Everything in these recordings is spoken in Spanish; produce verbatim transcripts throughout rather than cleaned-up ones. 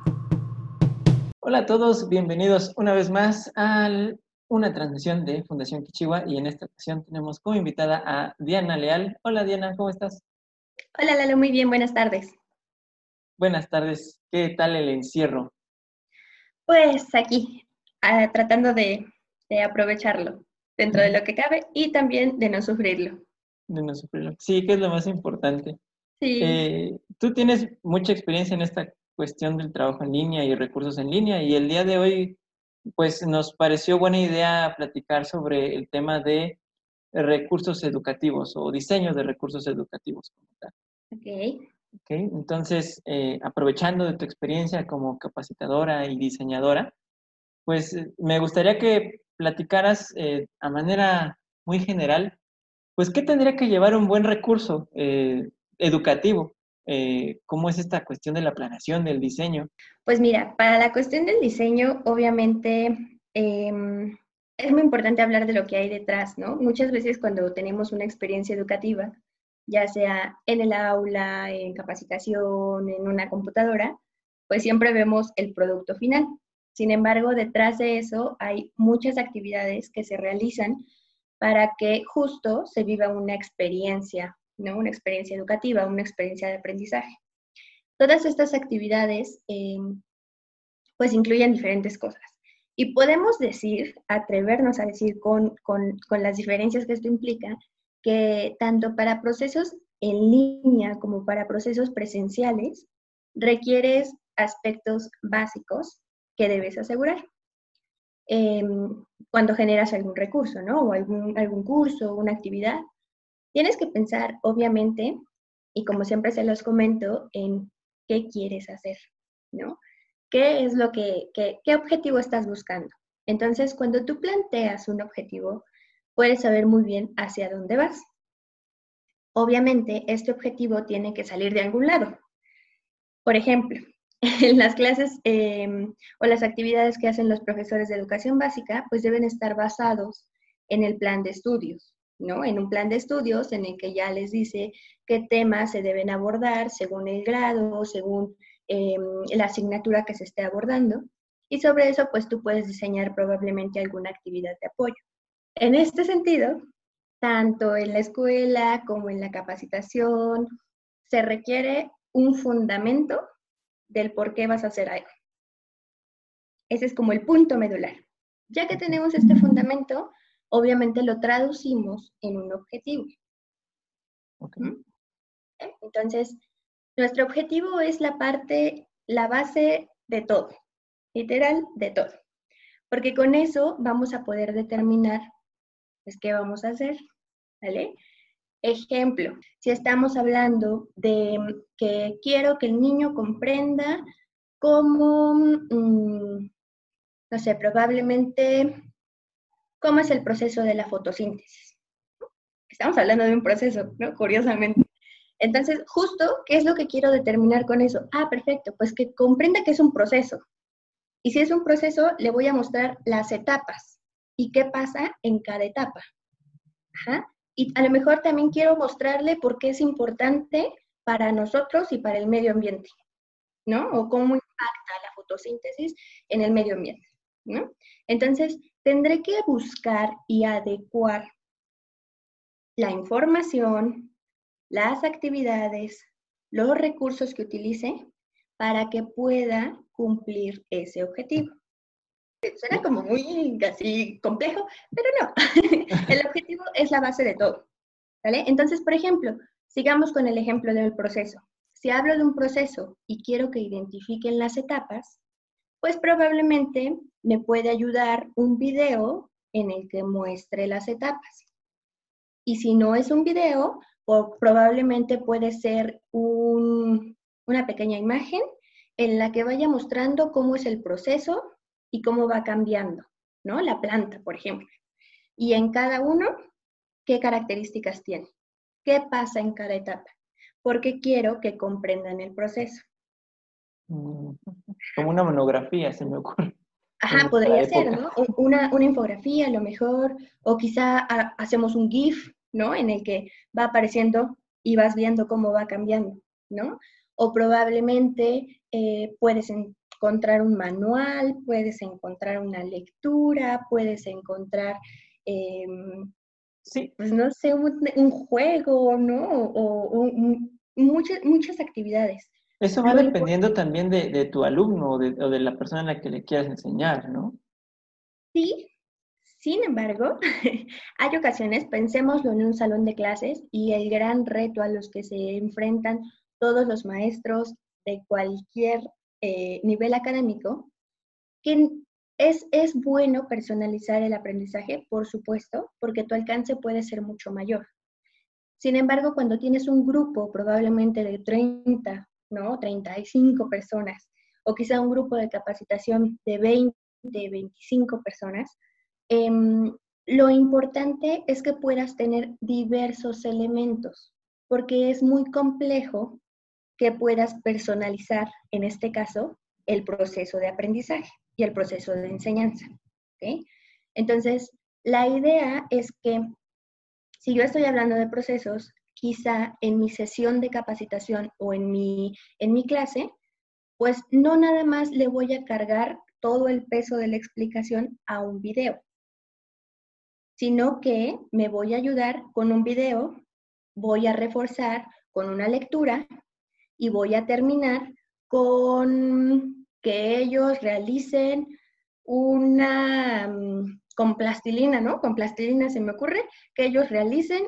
Hola a todos, bienvenidos una vez más a una transmisión de Fundación Kichigua y en esta ocasión tenemos como invitada a Diana Leal. Hola Diana, ¿cómo estás? Hola Lalo, muy bien, buenas tardes. Buenas tardes, ¿qué tal el encierro? Pues aquí, ah, tratando de, de aprovecharlo dentro de Ujú. lo que cabe y también de no sufrirlo. De no sufrirlo. Sí, que es lo más importante. Sí, Eh, tú tienes mucha experiencia en esta cuestión del trabajo en línea y recursos en línea y el día de hoy pues nos pareció buena idea platicar sobre el tema de recursos educativos o diseño de recursos educativos como tal. ok. Ok, entonces, eh, aprovechando de tu experiencia como capacitadora y diseñadora, pues eh, me gustaría que platicaras eh, a manera muy general, pues, ¿qué tendría que llevar un buen recurso eh, educativo? Eh, ¿cómo es esta cuestión de la planeación, del diseño? Pues mira, para la cuestión del diseño, obviamente em, es muy importante hablar de lo que hay detrás, ¿no? Muchas veces cuando tenemos una experiencia educativa, ya sea en el aula, en capacitación, en una computadora, pues siempre vemos el producto final. Sin embargo, detrás de eso hay muchas actividades que se realizan para que justo se viva una experiencia, ¿no? Una experiencia educativa, una experiencia de aprendizaje. Todas estas actividades eh, pues incluyen diferentes cosas. Y podemos decir, atrevernos a decir con, con, con las diferencias que esto implica, que tanto para procesos en línea como para procesos presenciales, requieres aspectos básicos que debes asegurar eh, cuando generas algún recurso, ¿no? O algún, algún curso, una actividad. Tienes que pensar, obviamente, y como siempre se los comento, en qué quieres hacer, ¿no? ¿Qué es lo que, qué, qué objetivo estás buscando? Entonces, cuando tú planteas un objetivo, puedes saber muy bien hacia dónde vas. Obviamente, este objetivo tiene que salir de algún lado. Por ejemplo, en las clases eh, o las actividades que hacen los profesores de educación básica, pues deben estar basados en el plan de estudios, ¿no? En un plan de estudios en el que ya les dice qué temas se deben abordar según el grado, según eh, la asignatura que se esté abordando. Y sobre eso, pues tú puedes diseñar probablemente alguna actividad de apoyo. En este sentido, tanto en la escuela como en la capacitación, se requiere un fundamento del por qué vas a hacer algo. Ese es como el punto medular. Ya que Ujú. tenemos este fundamento, obviamente lo traducimos en un objetivo. Ok. ¿Mm? Entonces, nuestro objetivo es la parte, la base de todo, literal de todo. Porque con eso vamos a poder determinar pues, qué vamos a hacer, ¿vale? Ejemplo, si estamos hablando de que quiero que el niño comprenda cómo, mmm, no sé, probablemente cómo es el proceso de la fotosíntesis. Estamos hablando de un proceso, ¿no? Curiosamente. Entonces, justo, ¿qué es lo que quiero determinar con eso? Ah, perfecto, pues que comprenda que es un proceso. Y si es un proceso, le voy a mostrar las etapas y qué pasa en cada etapa. Ajá. Y a lo mejor también quiero mostrarle por qué es importante para nosotros y para el medio ambiente, ¿no? O cómo impacta la fotosíntesis en el medio ambiente, ¿no? Entonces, tendré que buscar y adecuar la información, las actividades, los recursos que utilice para que pueda cumplir ese objetivo. Suena Sí. como muy así complejo, pero no. El objetivo es la base de todo, ¿vale? Entonces, por ejemplo, sigamos con el ejemplo del proceso. Si hablo de un proceso y quiero que identifiquen las etapas, pues probablemente me puede ayudar un video en el que muestre las etapas. Y si no es un video, o probablemente puede ser un, una pequeña imagen en la que vaya mostrando cómo es el proceso y cómo va cambiando, ¿no? La planta, por ejemplo. Y en cada uno, ¿qué características tiene? ¿Qué pasa en cada etapa? Porque quiero que comprendan el proceso. Mm, como una monografía, se me ocurre, Ajá, en cada podría ser, época. ¿no? Una, una infografía a lo mejor, o quizá a, hacemos un GIF, ¿no? En el que va apareciendo y vas viendo cómo va cambiando, ¿no? O probablemente eh, puedes en, encontrar un manual, puedes encontrar una lectura, puedes encontrar, eh, Sí, pues no sé, un, un juego, ¿no? O, o un- muchas, muchas actividades. eso va Lo dependiendo importante, también de, de tu alumno o de, o de la persona a la que le quieras enseñar, ¿no? sí, sin embargo, hay ocasiones, pensémoslo en un salón de clases y el gran reto a los que se enfrentan todos los maestros de cualquier eh, nivel académico, que es, es bueno personalizar el aprendizaje, por supuesto, porque tu alcance puede ser mucho mayor. Sin embargo, cuando tienes un grupo probablemente de treinta, ¿no? treinta y cinco personas, o quizá un grupo de capacitación de veinte, veinticinco personas, eh, lo importante es que puedas tener diversos elementos, porque es muy complejo que puedas personalizar, en este caso, el proceso de aprendizaje y el proceso de enseñanza. ¿Okay? Entonces, la idea es que si yo estoy hablando de procesos, quizá en mi sesión de capacitación o en mi, en mi clase, pues no nada más le voy a cargar todo el peso de la explicación a un video, sino que me voy a ayudar con un video, voy a reforzar con una lectura y voy a terminar con que ellos realicen una, mm, con plastilina, ¿no? Con plastilina se me ocurre que ellos realicen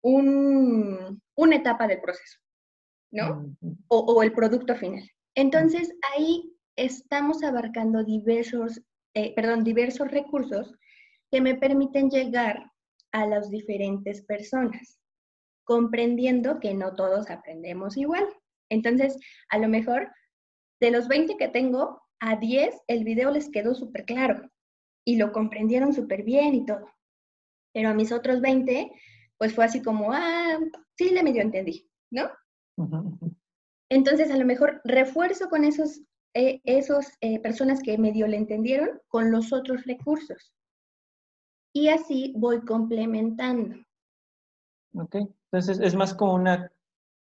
un, una etapa del proceso, ¿no? Ujú, O, o el producto final. ujú. Entonces, ahí estamos abarcando diversos, eh, perdón, diversos recursos que me permiten llegar a las diferentes personas, comprendiendo que no todos aprendemos igual. Entonces, a lo mejor de los veinte que tengo, a diez el video les quedó súper claro y lo comprendieron súper bien y todo. Pero a mis otros veinte, pues fue así como, ah, sí, le medio entendí, ¿no? Ujú, ujú. Entonces, a lo mejor refuerzo con esos, eh, esos eh, personas que medio le entendieron con los otros recursos. Y así voy complementando. Ok, entonces es más como una,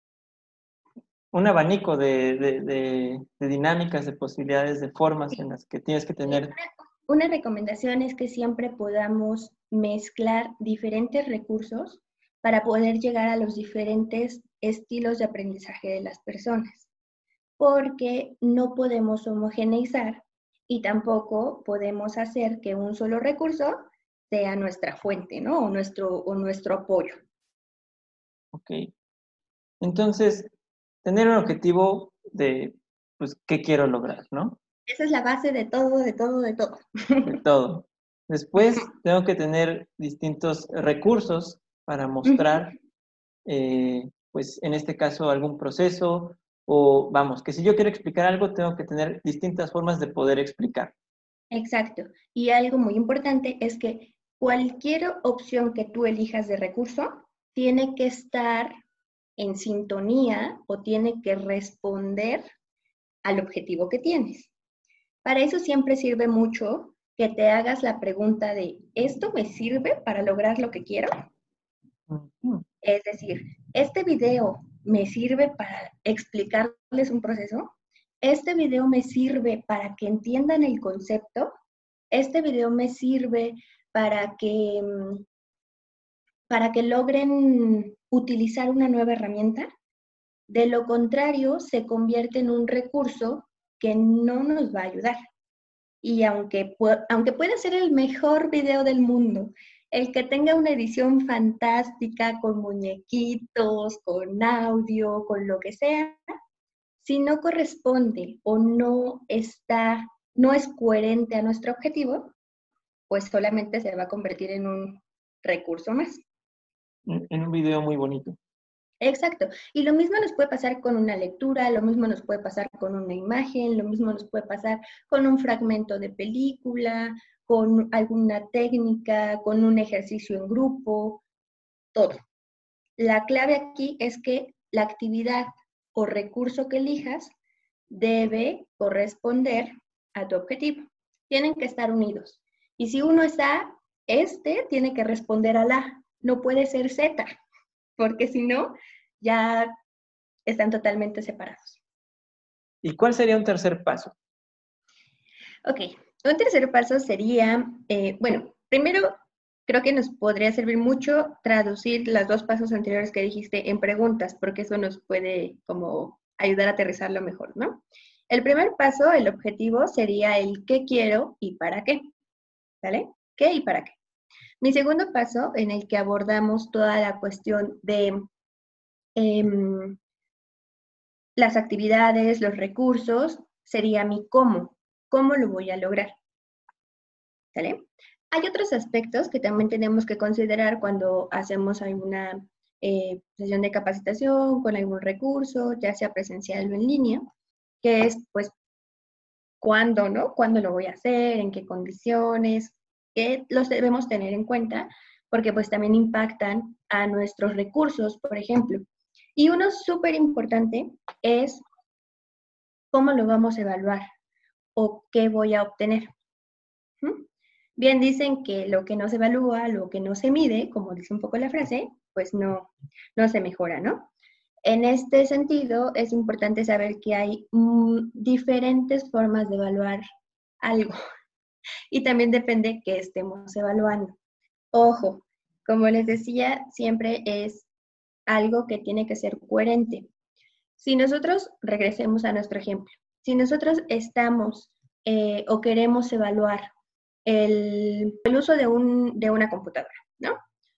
un abanico de, de, de- de dinámicas, de posibilidades, de formas en las que tienes que Y tener. una, una recomendación es que siempre podamos mezclar diferentes recursos para poder llegar a los diferentes estilos de aprendizaje de las personas, porque no podemos homogeneizar y tampoco podemos hacer que un solo recurso sea nuestra fuente, ¿no? O nuestro, o nuestro apoyo. Ok, entonces tener un objetivo de, pues, ¿qué quiero lograr, no? Esa es la base de todo, de todo, de todo. De todo. Después tengo que tener distintos recursos para Ujú. mostrar, eh, pues en este caso, algún proceso o, vamos, que si yo quiero explicar algo, tengo que tener distintas formas de poder explicar. Exacto. Y algo muy importante es que cualquier opción que tú elijas de recurso tiene que estar en sintonía o tiene que responder al objetivo que tienes. Para eso siempre sirve mucho que te hagas la pregunta de, ¿esto me sirve para lograr lo que quiero? Ujú. Es decir, ¿este video me sirve para explicarles un proceso? ¿Este video me sirve para que entiendan el concepto? ¿Este video me sirve para que, mm, para que logren utilizar una nueva herramienta? De lo contrario, se convierte en un recurso que no nos va a ayudar. Y aunque, aunque pueda ser el mejor video del mundo, el que tenga una edición fantástica con muñequitos, con audio, con lo que sea, si no corresponde o no está, no es coherente a nuestro objetivo, pues solamente se va a convertir en un recurso más. En en un video muy bonito. Exacto. Y lo mismo nos puede pasar con una lectura, lo mismo nos puede pasar con una imagen, lo mismo nos puede pasar con un fragmento de película, con alguna técnica, con un ejercicio en grupo, todo. La clave aquí es que la actividad o recurso que elijas debe corresponder a tu objetivo. Tienen que estar unidos. Y si uno es A, este tiene que responder al A. No puede ser Z, porque si no, ya están totalmente separados. ¿Y cuál sería un tercer paso? Ok, un tercer paso sería, eh, bueno, primero creo que nos podría servir mucho traducir los dos pasos anteriores que dijiste en preguntas, porque eso nos puede como ayudar a aterrizarlo mejor, ¿no? El primer paso, el objetivo, sería el qué quiero y para qué, ¿vale? ¿Qué y para qué? Mi segundo paso, en el que abordamos toda la cuestión de eh, las actividades, los recursos, sería mi cómo. ¿Cómo lo voy a lograr? ¿Vale? Hay otros aspectos que también tenemos que considerar cuando hacemos alguna eh, sesión de capacitación con algún recurso, ya sea presencial o en línea, que es, pues, cuándo, ¿no? ¿Cuándo lo voy a hacer? ¿En qué condiciones? Que los debemos tener en cuenta porque pues también impactan a nuestros recursos, por ejemplo. Y uno súper importante es cómo lo vamos a evaluar o qué voy a obtener. ¿Mm? Bien dicen que lo que no se evalúa, lo que no se mide, como dice un poco la frase, pues no, no se mejora, ¿no? En este sentido, es importante saber que hay mm, diferentes formas de evaluar algo y también depende que estemos evaluando. Ojo, como les decía, siempre es algo que tiene que ser coherente. Si nosotros, regresemos a nuestro ejemplo, si nosotros estamos eh, o queremos evaluar el, el uso de, un, de una computadora, ¿no?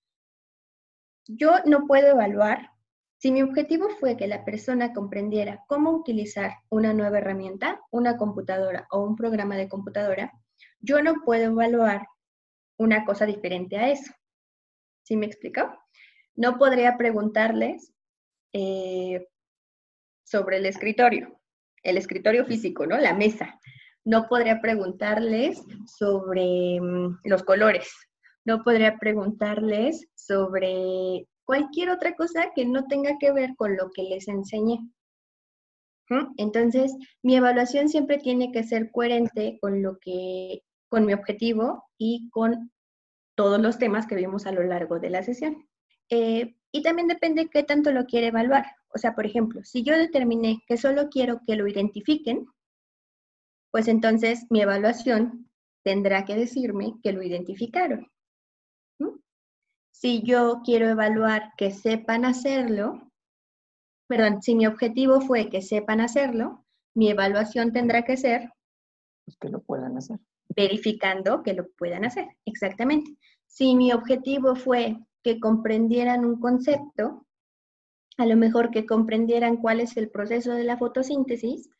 Yo no puedo evaluar si mi objetivo fue que la persona comprendiera cómo utilizar una nueva herramienta, una computadora o un programa de computadora, yo no puedo evaluar una cosa diferente a eso. ¿Sí me explico? No podría preguntarles eh, sobre el escritorio, el escritorio físico, ¿no? La mesa. No podría preguntarles sobre um, los colores. No podría preguntarles sobre cualquier otra cosa que no tenga que ver con lo que les enseñé. ¿Mm? Entonces, mi evaluación siempre tiene que ser coherente con lo que, con mi objetivo y con todos los temas que vimos a lo largo de la sesión. Eh, y también depende qué tanto lo quiere evaluar. O sea, por ejemplo, si yo determiné que solo quiero que lo identifiquen, pues entonces mi evaluación tendrá que decirme que lo identificaron. ¿Mm? Si yo quiero evaluar que sepan hacerlo, perdón, si mi objetivo fue que sepan hacerlo, mi evaluación tendrá que ser Pues que lo puedan hacer. Verificando que lo puedan hacer, exactamente. Si mi objetivo fue que comprendieran un concepto, a lo mejor que comprendieran cuál es el proceso de la fotosíntesis,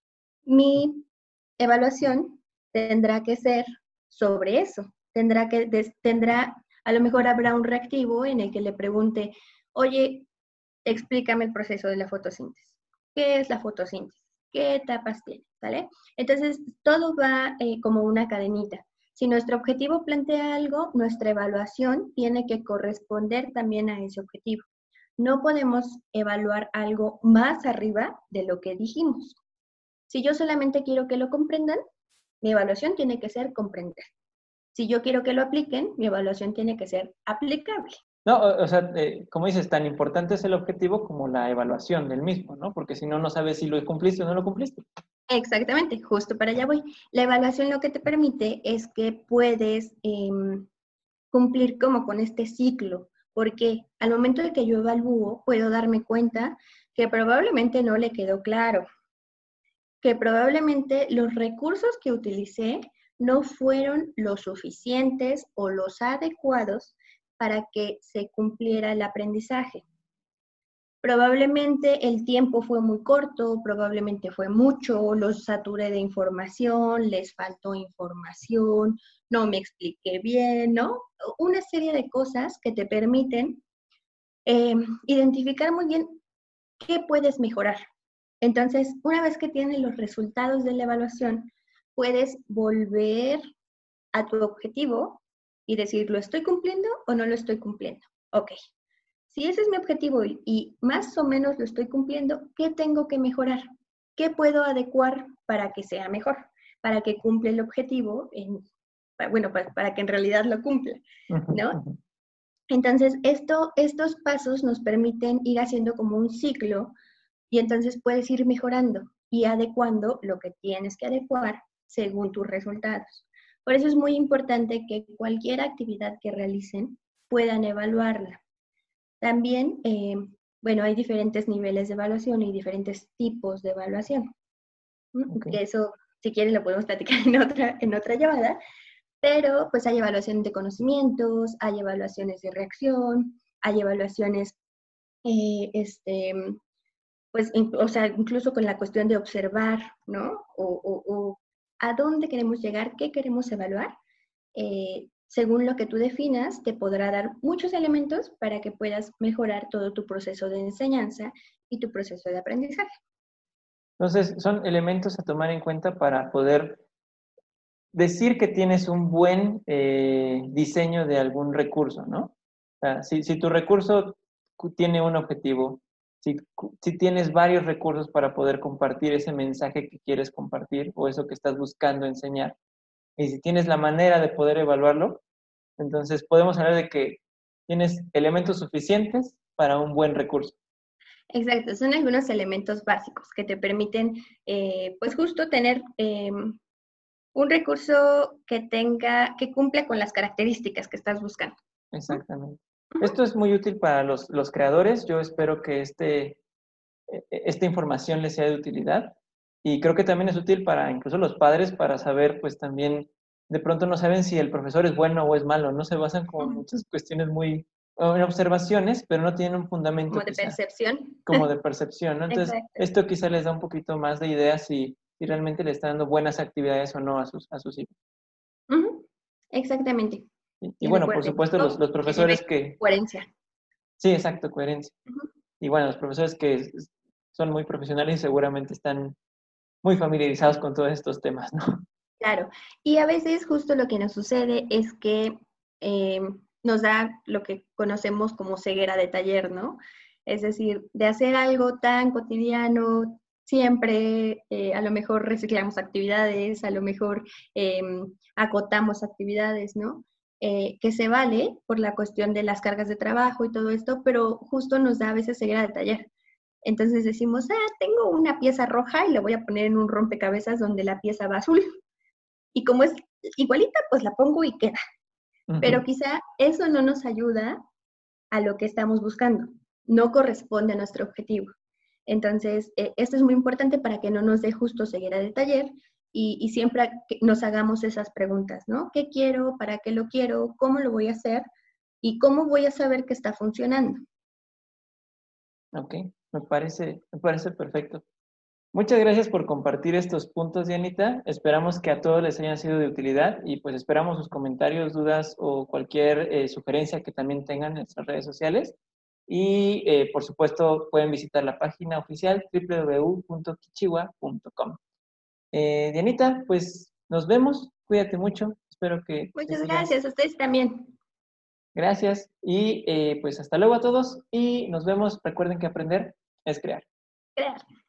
mi evaluación tendrá que ser sobre eso. Tendrá que, tendrá, a lo mejor habrá un reactivo en el que le pregunte, oye, explícame el proceso de la fotosíntesis. ¿Qué es la fotosíntesis? ¿Qué etapas tiene? ¿Vale? Entonces, todo va eh, como una cadenita. Si nuestro objetivo plantea algo, nuestra evaluación tiene que corresponder también a ese objetivo. No podemos evaluar algo más arriba de lo que dijimos. Si yo solamente quiero que lo comprendan, mi evaluación tiene que ser comprender. Si yo quiero que lo apliquen, mi evaluación tiene que ser aplicable. No, o, o sea, eh, como dices, tan importante es el objetivo como la evaluación del mismo, ¿no? Porque si no, no sabes si lo cumpliste o no lo cumpliste. Exactamente, justo para allá voy. La evaluación lo que te permite es que puedes eh, cumplir como con este ciclo, porque al momento de que yo evalúo, puedo darme cuenta que probablemente no le quedó claro, que probablemente los recursos que utilicé no fueron los suficientes o los adecuados para que se cumpliera el aprendizaje. Probablemente el tiempo fue muy corto, probablemente fue mucho, los saturé de información, les faltó información, no me expliqué bien, ¿no? Una serie de cosas que te permiten eh, identificar muy bien qué puedes mejorar. Entonces, una vez que tienes los resultados de la evaluación, puedes volver a tu objetivo y decir, ¿lo estoy cumpliendo o no lo estoy cumpliendo? Ok. Si ese es mi objetivo y, y más o menos lo estoy cumpliendo, ¿qué tengo que mejorar? ¿Qué puedo adecuar para que sea mejor? Para que cumpla el objetivo, en, bueno, para, para que en realidad lo cumpla, ¿no? Entonces, esto, estos pasos nos permiten ir haciendo como un ciclo y entonces puedes ir mejorando y adecuando lo que tienes que adecuar según tus resultados. Por eso es muy importante que cualquier actividad que realicen puedan evaluarla. También, eh, bueno, hay diferentes niveles de evaluación y diferentes tipos de evaluación. Okay. Que eso, si quieren, lo podemos platicar en otra, en otra llamada, pero pues hay evaluaciones de conocimientos, hay evaluaciones de reacción, hay evaluaciones, eh, este, pues, in, o sea, incluso con la cuestión de observar, ¿no? O, o, o a dónde queremos llegar, qué queremos evaluar. Eh, según lo que tú definas, te podrá dar muchos elementos para que puedas mejorar todo tu proceso de enseñanza y tu proceso de aprendizaje. Entonces, son elementos a tomar en cuenta para poder decir que tienes un buen eh, diseño de algún recurso, ¿no? O sea, si, si tu recurso tiene un objetivo, si, si tienes varios recursos para poder compartir ese mensaje que quieres compartir o eso que estás buscando enseñar, y si tienes la manera de poder evaluarlo, entonces podemos hablar de que tienes elementos suficientes para un buen recurso. Exacto, son algunos elementos básicos que te permiten, eh, pues justo tener eh, un recurso que tenga, que cumpla con las características que estás buscando. Exactamente. Uh-huh. Esto es muy útil para los, los creadores. Yo espero que este, esta información les sea de utilidad. Y creo que también es útil para incluso los padres para saber, pues también, de pronto no saben si el profesor es bueno o es malo, no se basan como uh-huh. muchas cuestiones muy, en observaciones, pero no tienen un fundamento. Como de quizá, percepción. Como de percepción, ¿no? Entonces, exacto. Esto quizá les da un poquito más de ideas si, si realmente le está dando buenas actividades o no a sus, a sus hijos. Uh-huh. Exactamente. Y, y bueno, por supuesto, los, los profesores que... Coherencia. Sí, exacto, coherencia. Uh-huh. Y bueno, los profesores que son muy profesionales y seguramente están muy familiarizados con todos estos temas, ¿no? Claro. Y a veces justo lo que nos sucede es que eh, nos da lo que conocemos como ceguera de taller, ¿no? Es decir, de hacer algo tan cotidiano, siempre eh, a lo mejor reciclamos actividades, a lo mejor eh, acotamos actividades, ¿no? Eh, que se vale por la cuestión de las cargas de trabajo y todo esto, pero justo nos da a veces ceguera de taller. Entonces decimos, ah, tengo una pieza roja y la voy a poner en un rompecabezas donde la pieza va azul. Y como es igualita, pues la pongo y queda. Uh-huh. Pero quizá eso no nos ayuda a lo que estamos buscando. No corresponde a nuestro objetivo. Entonces, eh, esto es muy importante para que no nos dé justo ceguera de taller y, y siempre nos hagamos esas preguntas, ¿no? ¿Qué quiero? ¿Para qué lo quiero? ¿Cómo lo voy a hacer? ¿Y cómo voy a saber que está funcionando? Ok, me parece, me parece perfecto. Muchas gracias por compartir estos puntos, Dianita. Esperamos que a todos les hayan sido de utilidad y pues esperamos sus comentarios, dudas o cualquier eh, sugerencia que también tengan en nuestras redes sociales. Y eh, por supuesto pueden visitar la página oficial doble u doble u doble u punto kichihua punto com. Eh, Dianita, pues nos vemos. Cuídate mucho. Espero que... Muchas gracias. A ustedes también. Gracias. Y eh, pues hasta luego a todos y nos vemos. Recuerden que aprender es crear. Crear.